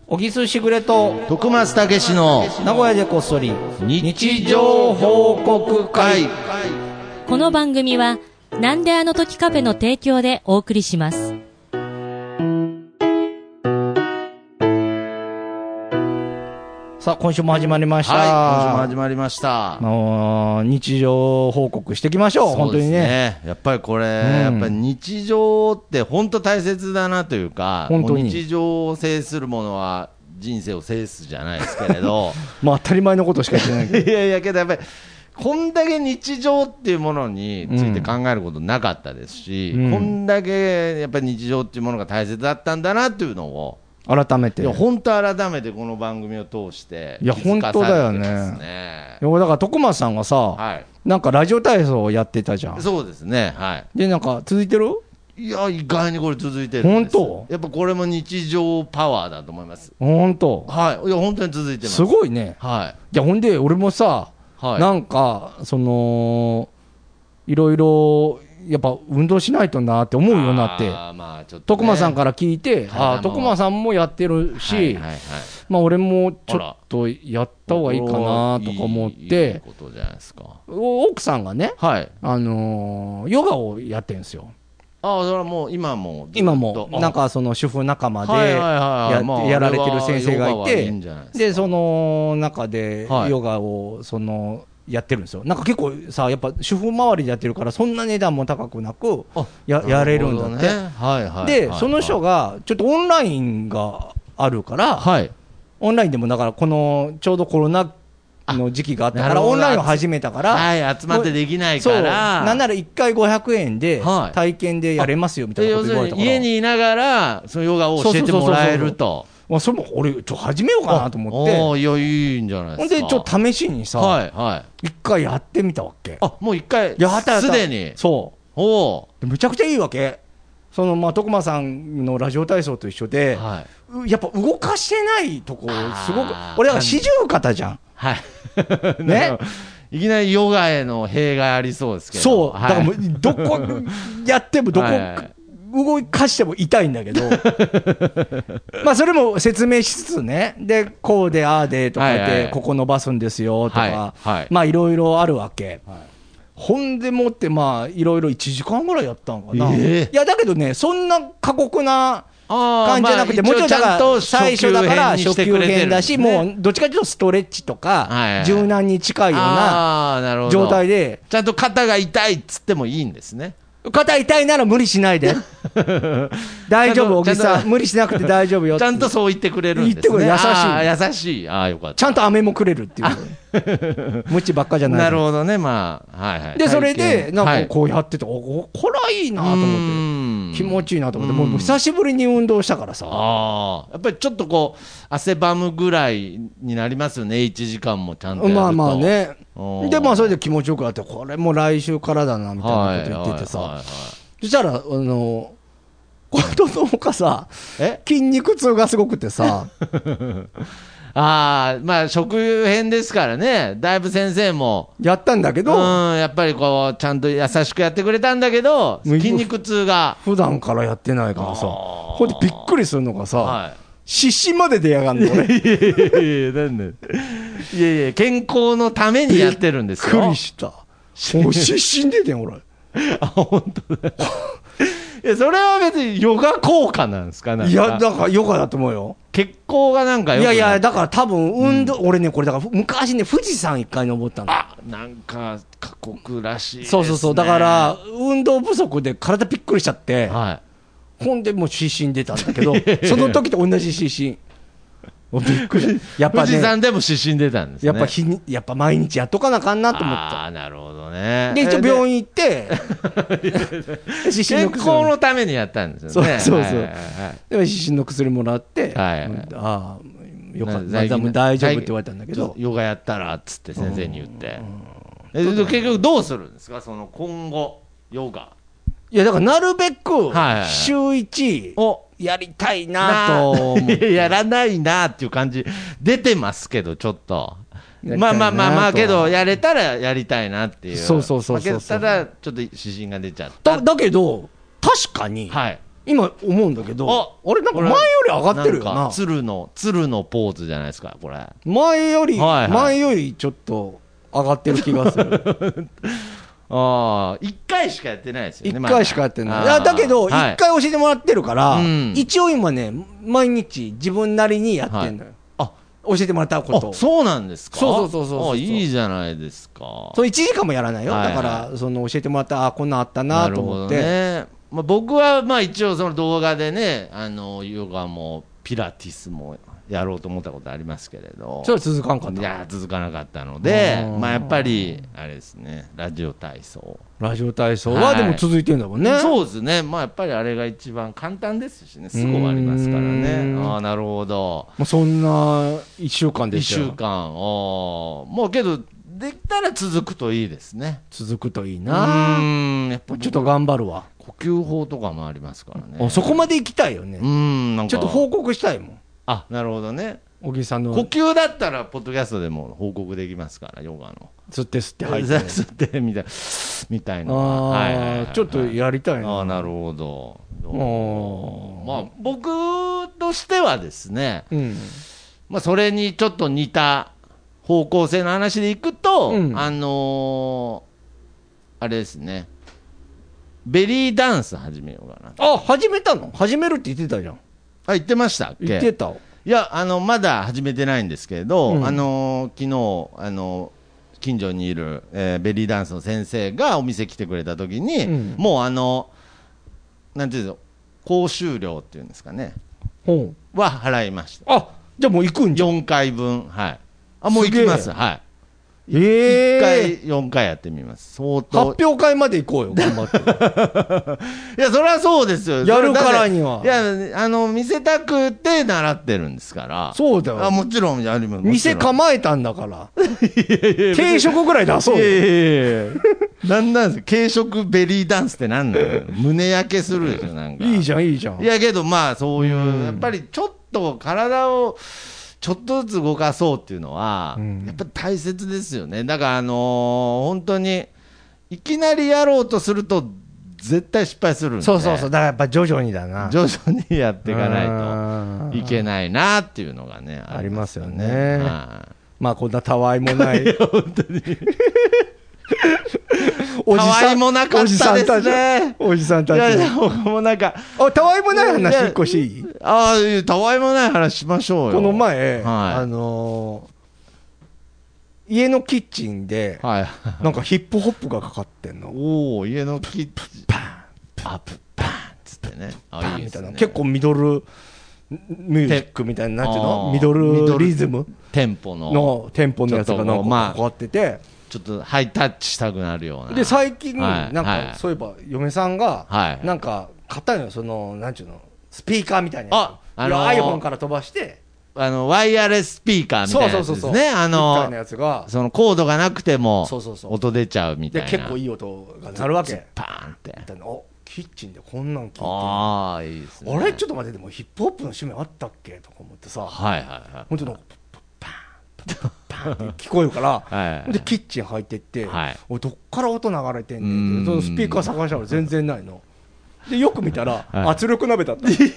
小木須しぐれと徳松たけしの名古屋でこっそり日常報告会。 この番組はなんであの時カフェの提供でお送りします。 さあ今週も始まりました。 はい、今週も始まりました。 日常報告していきましょう。本当にね。 やっぱりこれ、やっぱり日常って本当大切だなというか、 本当にもう日常を制するものは人生を制すじゃないですけれどまあ当たり前のことしか言ってないけどいやいやけどやっぱりこんだけ日常っていうものについて考えることなかったですし、こんだけやっぱり日常っていうものが大切だったんだなっていうのを改めて、 いや本当改めてこの番組を通していや本当だよね。だから徳松さんがさ、はい、なんかラジオ体操をやってたじゃん。 そうですね、はい。 でなんか続いてる？ いや意外にこれ続いてるんです。本当？やっぱこれも日常パワーだと思います。 本当？ はい。いや本当に続いてます。 すごいね。 はい。 いやほんで俺もさ、はい、なんかそのいろいろやっぱ運動しないとなって思うようになって、まあちょっとね、徳間さんから聞いて、徳間さんもやってるし、はいはいはい、まあ俺もちょっとやった方がいいかなとか思って、 いいことじゃないですか。 奥さんがね、 はい、 ヨガをやってるんですよ。 それはもう今もなんかその主婦仲間でやられてる先生がいて、でその中でヨガをそのやってるんですよ。なんか結構さ、やっぱ主婦周りでやってるからそんな値段も高くなく やれるんだって、ね、はいはい、で、その人がちょっとオンラインがあるから、はい、オンラインでもだからこのちょうどコロナの時期があったからオンラインを始めたから、 はい、集まってできないから、 なんなら1回500円で体験でやれますよみたいなこと言われたから、 家にいながらそのヨガを教えてもらえると。 それも俺始めようかなと思って、 いやいいんじゃないですか。 ほんでちょっと試しにさ、はいはい、1回やってみたわけ。 もう1回すでに。 そうむちゃくちゃいいわけ。そのまあ徳間さんのラジオ体操と一緒で、はい、やっぱ動かしてないとこすごく、俺は四十肩じゃん、はいねいきなりヨガへの弊害ありそうですけど、 そう、だからもうどこやってもどこ、はい動かしても痛いんだけどまあそれも説明しつつね、でこうでああでとか言って、はいはい、ここ伸ばすんですよとか、はいはい、まあいろいろあるわけ、はい、ほんでもってまあいろいろ1時間ぐらいやったんかな、いやだけどねそんな過酷な感じじゃなくて、もちろんだから最初だから初級編だし、もうどっちかというとストレッチとか柔軟に近いような状態で、 ちゃんと肩が痛いっつってもいいんですね。 肩痛いなら無理しないで大丈夫、小木さん無理しなくて大丈夫よってちゃんとそう言ってくれるんですね。言ってくれる、優しい。よかった。 ちゃんと飴もくれるっていう無知ばっかじゃない。 なるほどね。まあはいはい。 でそれでなんかこうやってて、これはいいなと思って、気持ちいいなと思って、もう久しぶりに運動したからさ、 やっぱりちょっとこう汗ばむぐらいになりますよね。1時間もちゃんとやると。 まあまあね。でまあそれで気持ちよくなって、これもう来週からだなみたいなこと言っててさ、そしたらことのほかさ、筋肉痛がすごくてさまあ食編ですからね、だいぶ先生もやったんだけど、 やっぱりこうちゃんと優しくやってくれたんだけど、筋肉痛が普段からやってないからさ、ほんでびっくりするのがさ、湿疹まで出やがんの俺。 いや健康のためにやってるんですよ。 びっくりした。もう湿疹出てん俺。 本当だ。いやそれは別にヨガ効果なんですかね。 いやだからヨガだと思うよ。 血行がなんかよくなる。 いやだから多分運動、俺ねこれだから昔ね富士山一回登ったの。 なんか過酷らしいですね。 そうだから運動不足で体びっくりしちゃって、はい、ほんでもう湿疹出たんだけどその時と同じ湿疹。びっくり。やっぱね、 富士山でも湿疹出たんですね。 やっぱ毎日やっとかなあかんなと思って。 なるほどね。 で一応病院行って健康のためにやったんですよね。 そう、でも湿疹の薬もらって、よかった、大丈夫って言われたんだけど、 ヨガやったらっつって先生に言って、結局どうするんですか、その今後ヨガ。 いやだからなるべく週1をやりたいなと思って、 やらないなっていう感じ出てますけど、ちょっとまあけどやれたらやりたいなっていう。 そう負けたらちょっと指針が出ちゃった。 だけど確かに、 今思うんだけど、あれなんか前より上がってるよな。 鶴のポーズじゃないですかこれ。 前よりちょっと上がってる気がする。 ああ、1回しかやってないですよね。 1回しかやってない。いやだけど1回教えてもらってるから、一応今ね毎日自分なりにやってんのよ。教えてもらったこと。 そうなんですか。 そういいじゃないですか。 そう1時間もやらないよ。だからその教えてもらったこんなんあったなと思って。 僕は一応その動画でねヨガもピラティスもやろうと思ったことありますけれど、 それは続かんかった。 いや続かなかったので、やっぱりあれですね、ラジオ体操はでも続いてるんだもんね。 そうですね。やっぱりあれが一番簡単ですしね、すぐ終わりますからね。ああなるほど。 そんな1週間でしたよ。 1週間もうけどできたら続くといいですね。 続くといいな。やっぱちょっと頑張るわ。 呼吸法とかもありますからね。 そこまで行きたいよね。ちょっと報告したいもん。 あ、なるほどね。 小木さんの呼吸だったらポッドキャストでも報告できますから、ヨガの吸って吐いて吸ってみたいな。 ちょっとやりたいな。 なるほど。僕としてはですね、それにちょっと似た方向性の話でいくと、あれですね、ベリーダンス始めようかな。 始めたの？始めるって言ってたじゃん。 言ってましたっけ？ 言ってた。 いやまだ始めてないんですけれど、昨日近所にいる、ベリーダンスの先生がお店来てくれた時に、もうなんていうの、講習料っていうんですかね、は払いました。 じゃあもう行くんじゃん。 4回分。もう行きます。1回4回やってみます。相当発表会まで行こうよ、頑張っていやそれはそうですよ、 やるからには。 いや見せたくて習ってるんですから。 そうだよ。 もちろんやります。 店構えたんだから軽食ぐらい出そうよ。 なんなんですか軽食ベリーダンスってなんなの胸焼けするでしょ。なんかいいじゃんいいじゃん。 いやけどそういうやっぱりちょっと体をちょっとずつ動かそうっていうのは、やっぱり大切ですよね。だから本当にいきなりやろうとすると絶対失敗するんで。 そうだからやっぱ徐々にだな。 徐々にやっていかないといけないなっていうのがねありますよね。こんなたわいもない本当にたわいもなかったですね。 おじさんたち。いやもうなんかたわいもない話一個していい？ たわいもない話しましょうよ。 この前家のキッチンでなんかヒップホップがかかってんの。 家のキッチンパンパンパンつってね。いいですね。 結構ミドルミュージックみたいな、なんていうの、ミドルリズムテンポのやつがなんかかかってて、 ちょっとハイタッチしたくなるような。 で最近なんかそういえば嫁さんがなんか買ったのよ、そのなんていうのスピーカーみたいなやつ。iPhone から飛ばしてワイヤレススピーカーみたいなやつですね。みたいなやつがそのコードがなくても音出ちゃうみたいな。 で結構いい音が鳴るわけ。 パーンって。 キッチンでこんなん聞いて、 いいですね。 あれちょっと待って、でもヒップホップの趣味あったっけとか思ってさ、本当にパンパンって聞こえるからでキッチン入ってって、どっから音流れてんねんって、そのスピーカー探したら全然ないので、よく見たら圧力鍋だった。 刻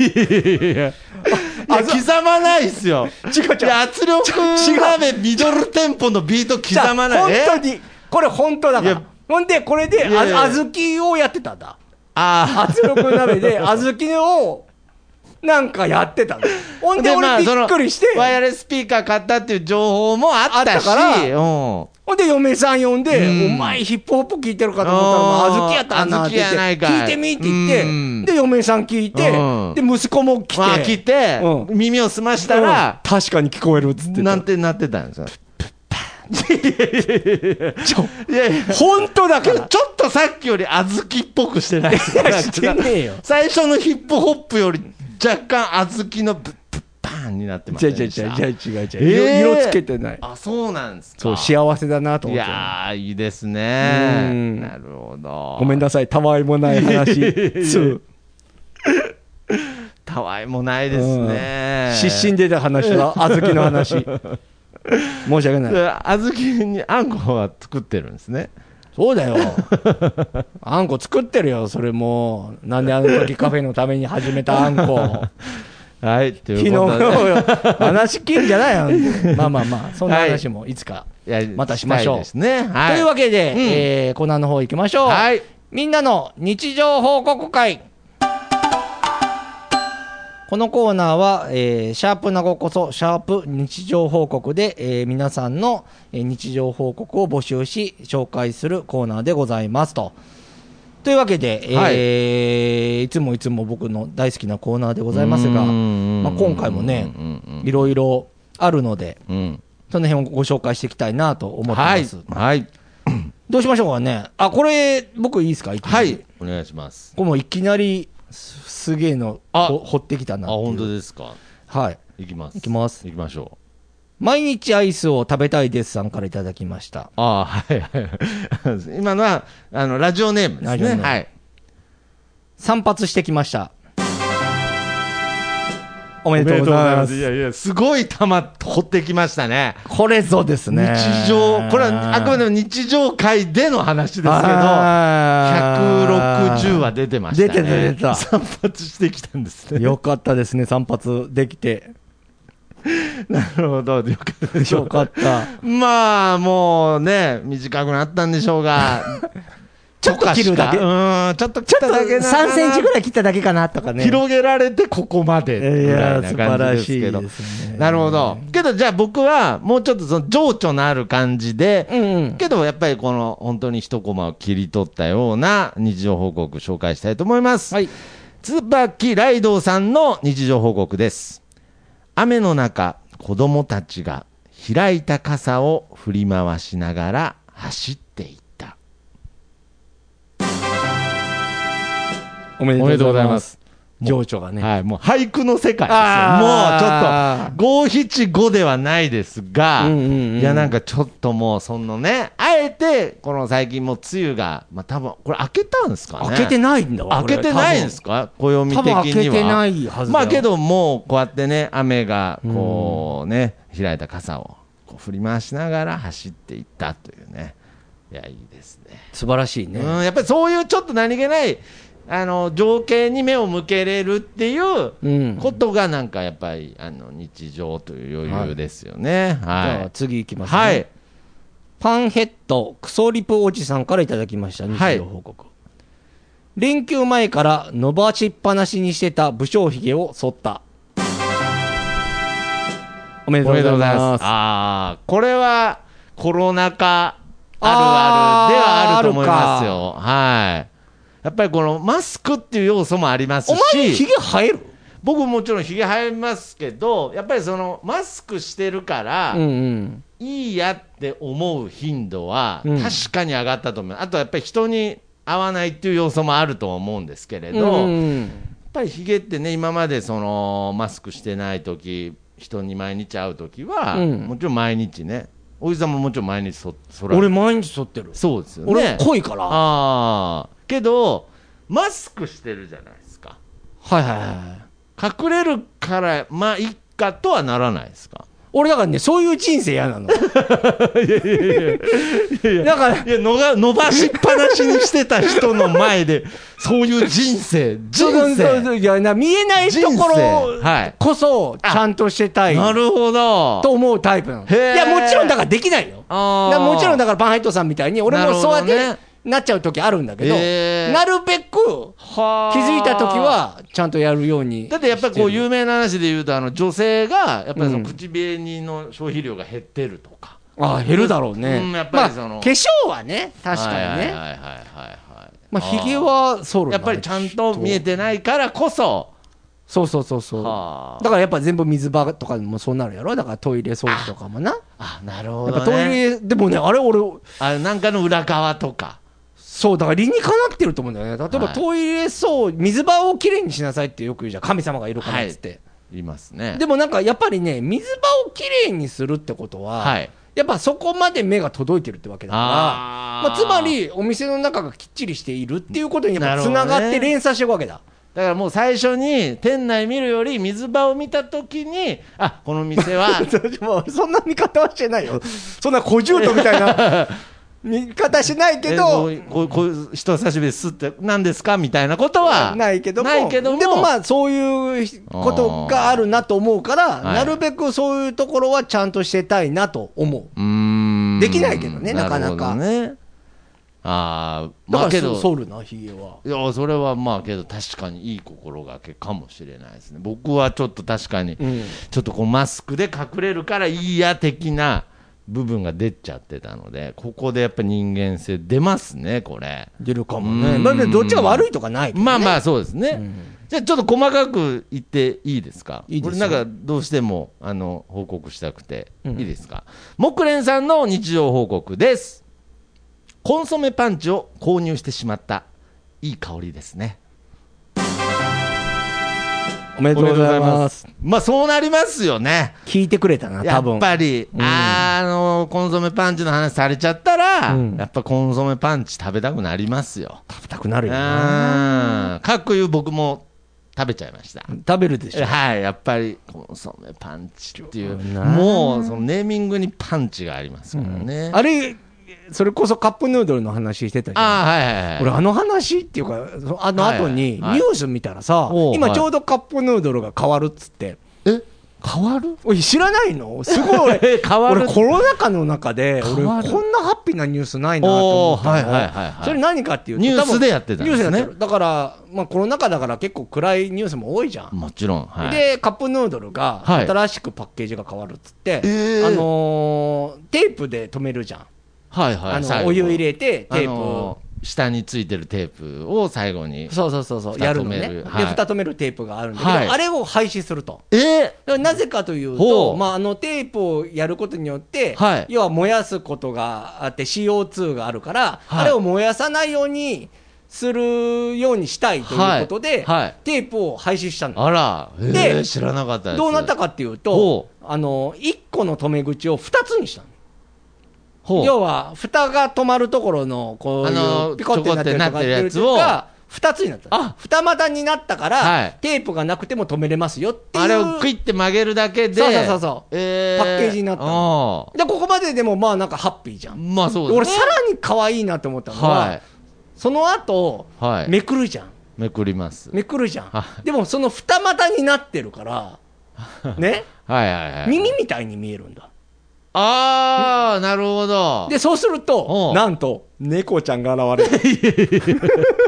まないっすよ。 違う圧力鍋ミドルテンポのビート刻まない。 本当にこれ本当だから。ほんでこれで小豆をやってたんだ。圧力鍋で小豆をなんかやってたの。ほんで俺びっくりして、 ワイヤレススピーカー買ったっていう情報もあったし、 ほんで嫁さん呼んで、お前ヒップホップ聞いてるかと思ったら小豆やったなって言って、聞いてみって言って、で嫁さん聞いて、で息子も来て、 耳を澄ましたら確かに聞こえるっつってなんてなってたんですよ。 本当だからちょっとさっきより小豆っぽくしてない？ してねえよ。 最初のヒップホップより若干小豆のパンになってますね。 違う色つけてない。 そうなんですか。 そう幸せだなと思って。 いやいいですね。なるほど。 ごめんなさい、たわいもない話。 たわいもないですね。 失神出た話は小豆の話。申し訳ない。 小豆にあんこは作ってるんですね。 そうだよ。あんこ作ってるよ、それも。なんであの時カフェのために始めたあんこ。 はい、とい昨日うことで。 の話聞いんじゃないよ。まあまあまあ、そんな話もいつかまたしましょう。 したいですね。はい。 というわけで、コーナーの方行きましょう。 はい。 みんなの日常報告会。このコーナーは、シャープなごこそシャープ日常報告で、皆さんの日常報告を募集し紹介するコーナーでございますというわけで、いつも僕の大好きなコーナーでございますが、まあ、今回もねいろいろあるので、その辺をご紹介していきたいなと思ってます。 はい。 どうしましょうかね。これ僕いいですか。 はい、お願いします。 これもいきなりすげえの掘ってきたなっていう。 本当ですか。 はい。 いきます。 行きましょう。毎日アイスを食べたいですさんからいただきました。 はい。今のはラジオネームですね。はい。 散髪してきました。おめでとうございます。 いやすごい玉掘ってきましたね。 これぞですね。 日常、これはあくまでも日常会での話ですけど、160は出てましたね。 出てた。 散髪してきたんですね。 よかったですね、散髪できて。 なるほど、よかったでしょう。 よかった。 まあ、もうね、短くなったんでしょうが。 ちょっと切るだけ。 ちょっと切っただけな。 3センチぐらい切っただけかなとかね。 広げられてここまでぐらいな感じですけど。なるほど。けどじゃあ僕はもうちょっとその情緒のある感じで、けどやっぱりこの本当に一コマを切り取ったような日常報告紹介したいと思います。はい。椿ライドウさんの日常報告です。雨の中、子供たちが開いた傘を振り回しながら走っていった。 おめでとうございます。情緒がね。 はい、もう俳句の世界ですよ。もうちょっと、五七五ではないですが、いやなんかちょっともうそのね、あえて、この最近もう梅雨が、まあ多分、これ開けたんですかね。 開けてないんだわ。 開けてないんですか、暦的には。 多分開けてないはずだよ。 まあけどもうこうやってね、雨がこうね、開いた傘をこう振り回しながら走っていったというね。いや、いいですね。 素晴らしいね。 やっぱりそういうちょっと何気ない、情景に目を向けれるっていうことがなんかやっぱり日常という余裕ですよね。はい。 じゃあ次いきますね。 はい。 パンヘッドクソリプおじさんからいただきました日常報告。連休前から伸ばしっぱなしにしてた武将髭を剃った。おめでとうございます。 これはコロナ禍あるあるではあると思いますよ。はい。やっぱりこのマスクっていう要素もありますし。 お前ひげ生える？ 僕もちろんひげ生えますけど、やっぱりそのマスクしてるから、いいやって思う頻度は確かに上がったと思う。あとやっぱり人に合わないっていう要素もあるとは思うんですけれど、やっぱりひげってね、今までそのマスクしてない時、人に毎日会う時は、もちろん毎日ね、おじさんももちろん毎日剃られる。 俺毎日剃ってる。 そうですよね。 俺濃いから。 けどマスクしてるじゃないですか。 はいはいはい。 隠れるからまあいっかとはならないですか。 俺だからね、そういう人生嫌なの。だから伸ばしっぱなしにしてた人の前でそういう人生いや見えないところこそちゃんとしてたい。 なるほど。 と思うタイプなの。いやもちろんだからできないよ。もちろんだからパンハイトさんみたいに俺もそうやってなっちゃう時あるんだけど、なるべく気づいた時はちゃんとやるように。 だってやっぱりこう有名な話で言うと女性がやっぱりその口紅の消費量が減ってるとか。 減るだろうね。 やっぱりその化粧はね、確かにね。まあひげは剃る。 やっぱりちゃんと見えてないからこそ。 そうだからやっぱ全部水場とかでもそうなるやろ。だからトイレ掃除とかもな。 なるほどね。 やっぱトイレでもね、あれ俺なんかの裏側とか。 そうだから理にかなってると思うんだよね。例えばトイレ水場をきれいにしなさいってよく言うじゃん。神様がいるからっつって、 言いますね。 でもなんかやっぱりね、水場をきれいにするってことは、やっぱそこまで目が届いてるってわけだから、つまりお店の中がきっちりしているっていうことにやっぱつながって連鎖していくわけだ。 だからもう最初に店内見るより水場を見たときに、この店はそんな見方はしてないよ。そんな小獣とみたいな見方しないけど、 こういう人差し指すって何ですかみたいなことはないけども、 でもまあそういうことがあるなと思うから、なるべくそういうところはちゃんとしてたいなと思う。できないけどね、なかなか。 ね、まあけどソウルなヒゲは。 いや、それはまあけど確かにいい心がけかもしれないですね。僕はちょっと確かに、ちょっとこうマスクで隠れるからいいや的な部分が出ちゃってたので、ここでやっぱ人間性出ますね、これ。 出るかもね。まあどっちが悪いとかないけどね。 まあまあそうですね。じゃあちょっと細かく言っていいですか。 いいですよ。 これなんかどうしても報告したくて、いいですか。木蓮さんの日常報告です。コンソメパンチを購入してしまった。いい香りですね。 おめでとうございます。 まあそうなりますよね。 聞いてくれたな、多分。 やっぱり、コンソメパンチの話されちゃったら、やっぱコンソメパンチ食べたくなりますよ。 食べたくなるよな。 かっこいう僕も食べちゃいました。 食べるでしょ。 はい、やっぱりコンソメパンチっていう、もうそのネーミングにパンチがありますからね。 あれ、それこそカップヌードルの話してたじゃん。 はいはいはい。 俺話っていうか、後にニュース見たらさ、今ちょうどカップヌードルが変わるっつって。 変わる？ おい、知らないの？すごい俺変わる。 俺コロナ禍の中で俺こんなハッピーなニュースないなと思ったの。それ何かっていうと、 ニュースでやってたんですね。 ニュースでやってる。だからまあコロナ禍だから結構暗いニュースも多いじゃん。 もちろん。 でカップヌードルが新しくパッケージが変わるっつって、テープで止めるじゃん。 はいはい、 お湯入れてテープ、 下についてるテープを最後にそうやるのね。で蓋止めるテープがあるんだけど、あれを廃止すると。なぜかというと、テープをやることによって、要は燃やすことがあって CO2 があるから、あれを燃やさないようにするようにしたいということで、テープを廃止したの。 あら、で知らなかったです。 どうなったかっていうと、1個の止め口を2つにしたの。要は蓋が止まるところのこういうピコってなってるとかっていうやつが2つになった。二股になったから、テープがなくても止めれますよっていう、 あれをクイッて曲げるだけで、 そうパッケージになったの。でここまででもまあなんかハッピーじゃん。 まあそうですね。 俺さらに可愛いなと思ったのは、その後めくるじゃん。 めくります。 めくるじゃん。でもその二股になってるからね、耳みたいに見えるんだ。 なるほど。 でそうするとなんと猫ちゃんが現れる。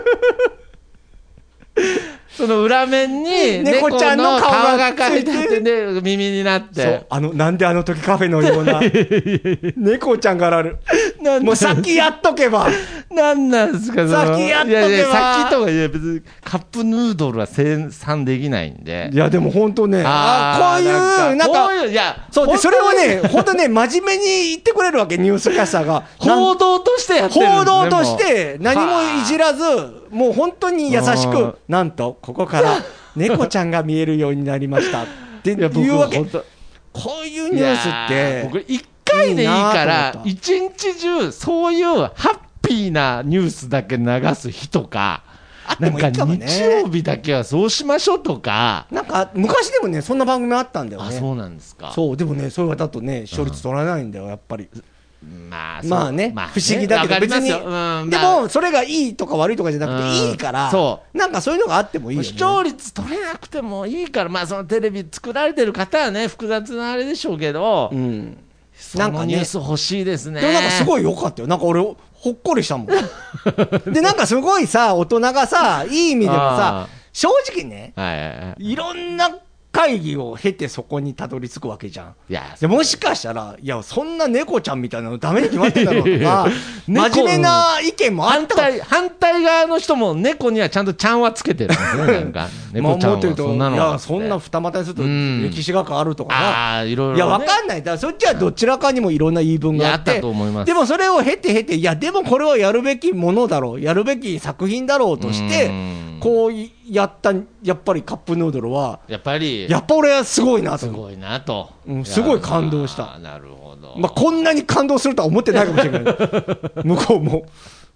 その裏面に猫ちゃんの顔が描いてあってね、耳になって。 なんであの時カフェのような猫ちゃんが現れる。もう先やっとけば。 なんなんですか、 先やっとけば。いや先とか別にカップヌードルは生産できないんで。 いやでも本当ね、こういうなんかそうで、それをね本当ね真面目に言ってくれるわけ、ニュースキャスターが。 報道としてやってるんですね。 報道として何もいじらず、もう本当に優しく、なんとここから猫ちゃんが見えるようになりましたっていうわけ。こういうニュースって僕1回でいいから一日中そういうハッピーなニュースだけ流す日とか、なんか日曜日だけはそうしましょうとか。 なんか昔でもねそんな番組あったんだよね。 そうなんですか。 そうでもねそれだとね視聴率取らないんだよやっぱり。 まあね、不思議だけど別に、でもそれがいいとか悪いとかじゃなくていいから、なんかそういうのがあってもいいよね。 視聴率取れなくてもいいから、まあそのテレビ作られてる方はね複雑なあれでしょうけど、なんかニュース欲しいですね。 でもなんかすごい良かったよ。なんか俺ほっこりしたもん。でなんかすごいさ大人がさいい意味でもさ正直ね、いろんな会議を経てそこにたどり着くわけじゃん。でもしかしたらいやそんな猫ちゃんみたいなのダメに決まってんだろうとか真面目な意見もあった。 反対側の人も猫にはちゃんとちゃんはつけてるんですね。なんか猫ちゃんはそんなの、いやそんな二股にすると歴史が変わるとかな、 いろいろ、 いや分かんない。だからそっちはどちらかにもいろんな言い分があって、でもそれを経ていやでもこれはやるべきものだろう、やるべき作品だろうとしてこうやったやっぱりカップヌードルはやっぱ俺はすごいなと。 すごいなと。 すごい感動した。 なるほど。 まあこんなに感動するとは思ってないかもしれない。向こうも。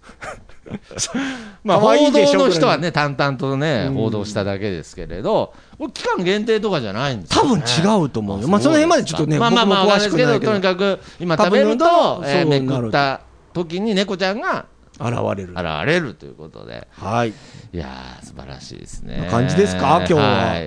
まあ報道の人はね淡々とね報道しただけですけれど、期間限定とかじゃないんですよね。 多分違うと思うよ。まあその辺までちょっとね僕も詳しくないけど、 とにかく今食べるとめくった時に猫ちゃんが現れるということで、 はい、 いやー素晴らしいですね。 感じですか今日は。 はい、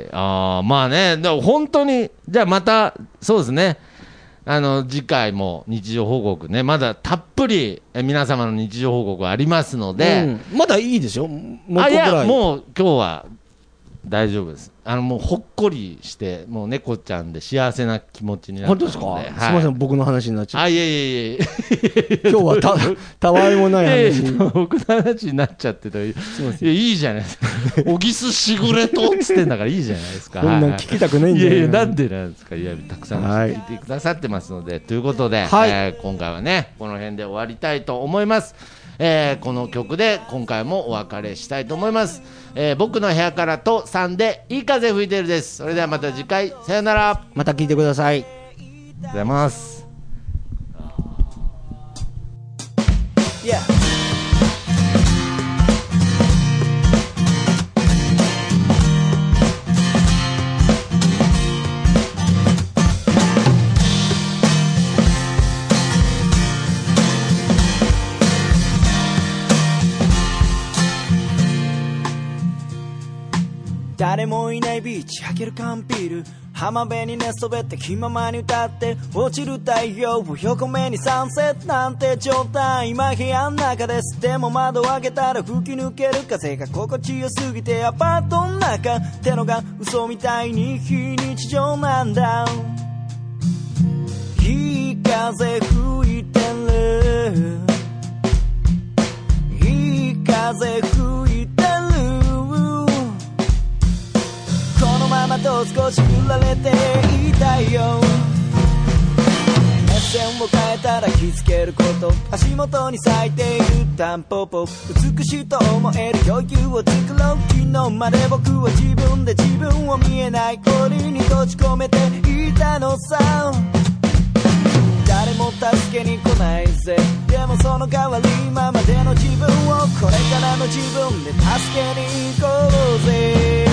まあね、でも本当にじゃあまたそうですね、次回も日常報告ね、まだたっぷり皆様の日常報告ありますので、 まだいいですよ、もういやもう今日は大丈夫です。もうほっこりして、もう猫ちゃんで幸せな気持ちになったので。 本当ですか、すみません、僕の話になっちゃって。 いえ。 今日はたわいもない話僕の話になっちゃってた。いいじゃないですか。おぎすしぐれとっつってんだからいいじゃないですか。 こんなん聞きたくないんじゃないいやなんでなんですか。いや、たくさん聞いてくださってますので。ということで、今回はね、この辺で終わりたいと思います。この曲で今回もお別れしたいと思います。僕の部屋からと3でいい風吹いてるです。それではまた次回、さよなら。 また聞いてください。 ありがとうございます。 誰もいないビーチ開ける缶ビール、浜辺に寝そべって気ままに歌って、落ちる太陽を横目にサンセットなんて状態。今部屋の中です。でも窓を開けたら吹き抜ける風が心地よすぎて、アパートの中ってのが嘘みたいに非日常なんだ。いい風吹いてる、いい風吹いてる、このままと少し振られていたいよ。目線を変えたら気づけること、足元に咲いているタンポポ、美しいと思える余裕を作ろう。昨日まで僕は自分で自分を見えない氷に閉じ込めていたのさ。誰も助けに来ないぜ。でもその代わり今までの自分をこれからの自分で助けに行こうぜ。